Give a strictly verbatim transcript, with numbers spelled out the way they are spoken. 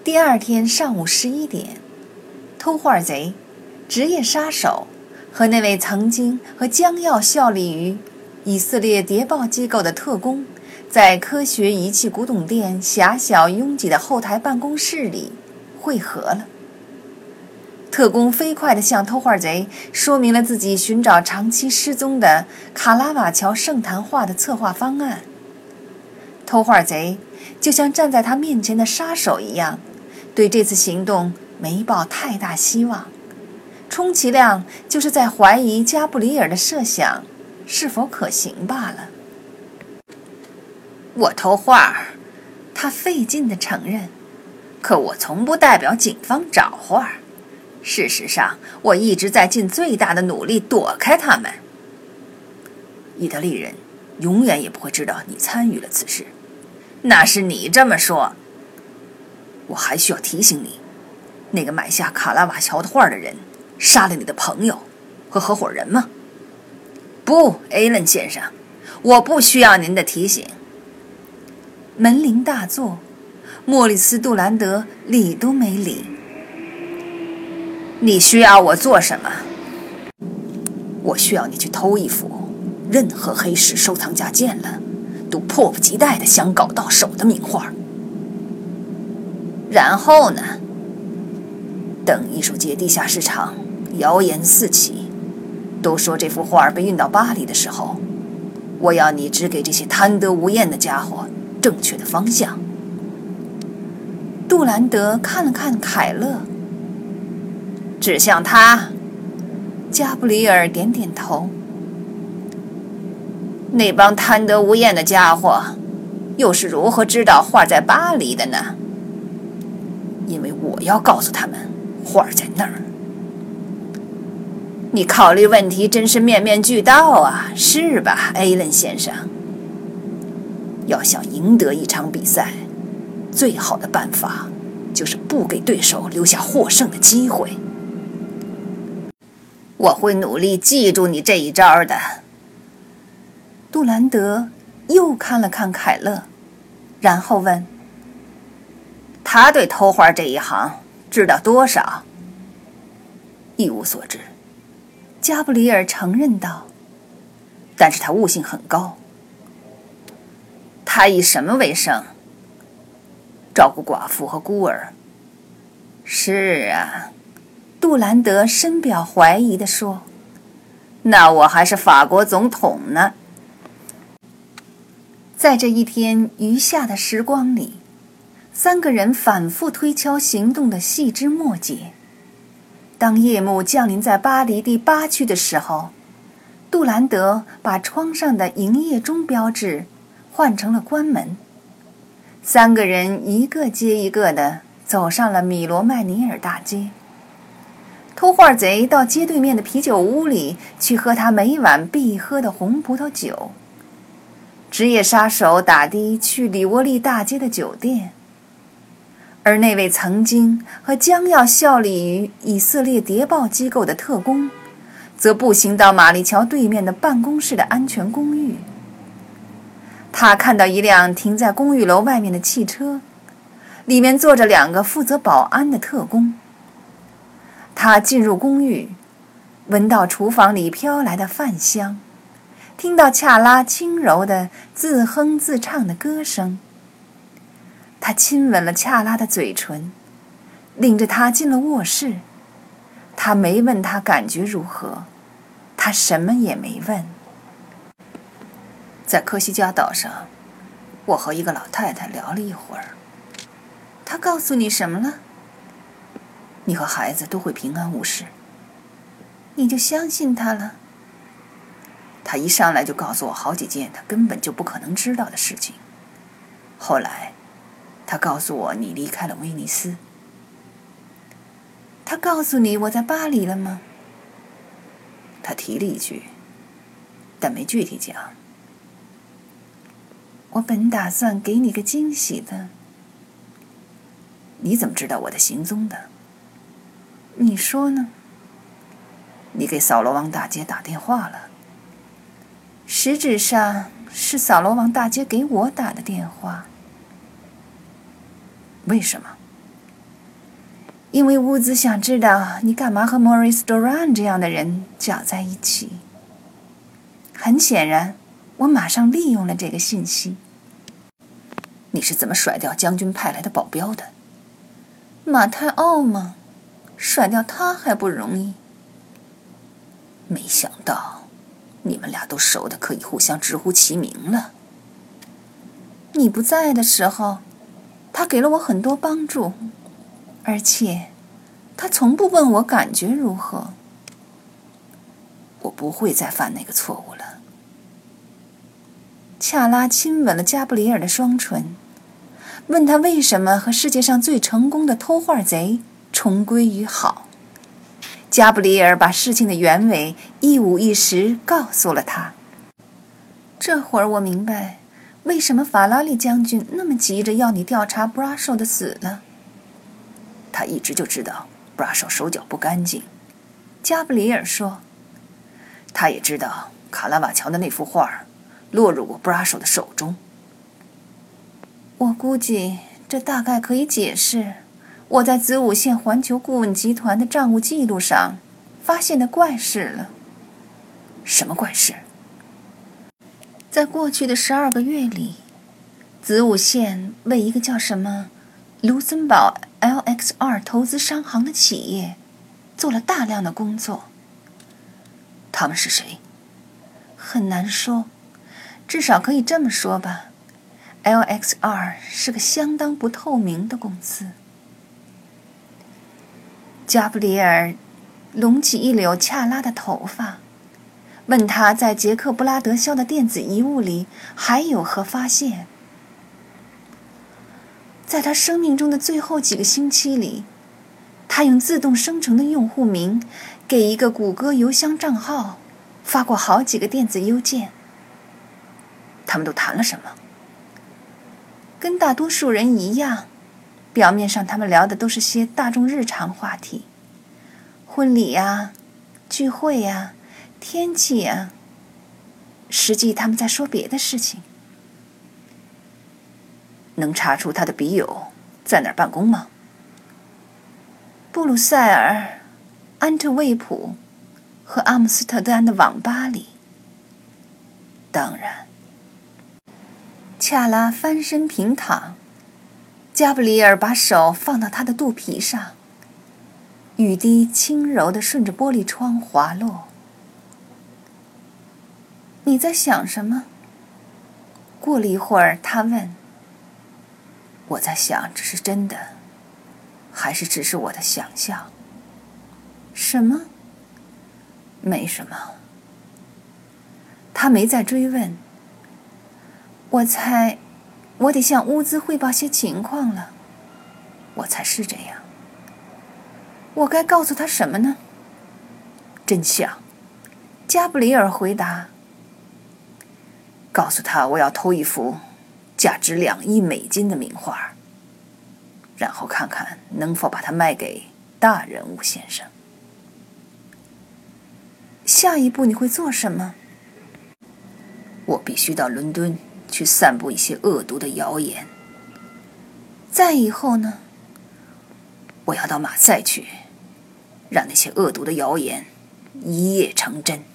第二天上午十一点，偷画贼、职业杀手和那位曾经和将要效力于以色列谍报机构的特工，在科学仪器古董店狭小拥挤的后台办公室里会合了。特工飞快地向偷画贼说明了自己寻找长期失踪的卡拉瓦乔圣坛画的策划方案。偷画贼就像站在他面前的杀手一样，对这次行动没抱太大希望，充其量就是在怀疑加布里尔的设想是否可行罢了。 我偷画， 他费劲地承认， 可我从不代表警方找画。事实上，我一直在尽最大的努力躲开他们。 意大利人永远也不会知道你参与了此事。 那是你这么说。 我还需要提醒你，那个买下卡拉瓦乔的画的人杀了你的朋友和合伙人吗？ 不，艾伦先生，我不需要您的提醒。 门铃大作，莫里斯·杜兰德理都没理。 你需要我做什么？ 我需要你去偷一幅任何黑市收藏家见了都迫不及待地想搞到手的名画。 然后呢？ 等艺术界地下市场谣言四起，都说这幅画被运到巴黎的时候，我要你指给这些贪得无厌的家伙正确的方向。 杜兰德看了看凯勒， 指向他。 加布里尔点点头。 那帮贪得无厌的家伙又是如何知道画在巴黎的呢？ 因为我要告诉他们画在那儿。 你考虑问题真是面面俱到啊，是吧，艾伦先生？ 要想赢得一场比赛，最好的办法就是不给对手留下获胜的机会。 我会努力记住你这一招的。 杜兰德又看了看凯勒，然后问： 他对偷画这一行知道多少？ 一无所知。 加布里尔承认道。 但是他悟性很高。 他以什么为生？ 照顾寡妇和孤儿。 是啊， 杜兰德深表怀疑地说。 那我还是法国总统呢。 在这一天余下的时光里，三个人反复推敲行动的细枝末节。当夜幕降临在巴黎第八区的时候，杜兰德把窗上的营业中标志换成了关门。三个人一个接一个地走上了米罗麦尼尔大街。偷画贼到街对面的啤酒屋里去喝他每晚必喝的红葡萄酒。职业杀手打的去里沃利大街的酒店，而那位曾经和将要效力于以色列谍报机构的特工，则步行到马利桥对面的办公室的安全公寓。他看到一辆停在公寓楼外面的汽车，里面坐着两个负责保安的特工。他进入公寓，闻到厨房里飘来的饭香，听到恰拉轻柔的自哼自唱的歌声。他亲吻了恰拉的嘴唇，领着她进了卧室。他没问她感觉如何，他什么也没问。 在科西嘉岛上，我和一个老太太聊了一会儿。 她告诉你什么了？ 你和孩子都会平安无事。 你就相信她了？ 她一上来就告诉我好几件她根本就不可能知道的事情。后来她告诉我你离开了威尼斯。 她告诉你我在巴黎了吗？ 她提了一句，但没具体讲。 我本打算给你个惊喜的。 你怎么知道我的行踪的？ 你说呢？ 你给扫罗王大街打电话了。 实质上是扫罗王大街给我打的电话。 为什么？ 因为乌兹想知道你干嘛和 Maurice Doran 这样的人搅在一起。很显然，我马上利用了这个信息。 你是怎么甩掉将军派来的保镖的？ 马泰奥吗？甩掉他还不容易。 没想到，你们俩都熟得可以互相直呼其名了。 你不在的时候，他给了我很多帮助，而且他从不问我感觉如何。 我不会再犯那个错误了。 恰拉亲吻了加布里尔的双唇，问他为什么和世界上最成功的偷画贼重归于好。加布里尔把事情的原委一五一十告诉了他。这会儿我明白，为什么法拉利将军那么急着要你调查 Brasso 的死了。 他一直就知道 Brasso 手脚不干净， 加布里尔说。 他也知道卡拉瓦乔的那幅画落入过 Brasso 的手中。 我估计这大概可以解释我在子午线环球顾问集团的账务记录上发现的怪事了。 什么怪事？ 在过去的十二个月里，子午线为一个叫什么卢森堡 L X R 投资商行的企业做了大量的工作。 他们是谁？ 很难说，至少可以这么说吧。L X R 是个相当不透明的公司。加布里尔拢起一绺恰拉的头发，问他在杰克布拉德肖的电子遗物里还有何发现。在他生命中的最后几个星期里，他用自动生成的用户名给一个谷歌邮箱账号发过好几个电子邮件。 他们都谈了什么？ 跟大多数人一样，表面上他们聊的都是些大众日常话题，婚礼呀、聚会呀、天气呀。实际他们在说别的事情。 能查出他的笔友在哪儿办公吗？ 布鲁塞尔、安特卫普和阿姆斯特丹的网吧里。 当然。 恰拉翻身平躺，加布里尔把手放到他的肚皮上，雨滴轻柔地顺着玻璃窗滑落。你在想什么？过了一会儿，他问。 我在想，这是真的，还是只是我的想象？ 什么？ 没什么。 他没再追问。我猜，我得向乌兹汇报些情况了。 我猜是这样。 我该告诉他什么呢？ 真相。 加布里尔回答。 告诉他我要偷一幅价值两亿美金的名画，然后看看能否把它卖给大人物先生。 下一步你会做什么？ 我必须到伦敦去散布一些恶毒的谣言。 再以后呢？ 我要到马赛去，让那些恶毒的谣言一夜成真。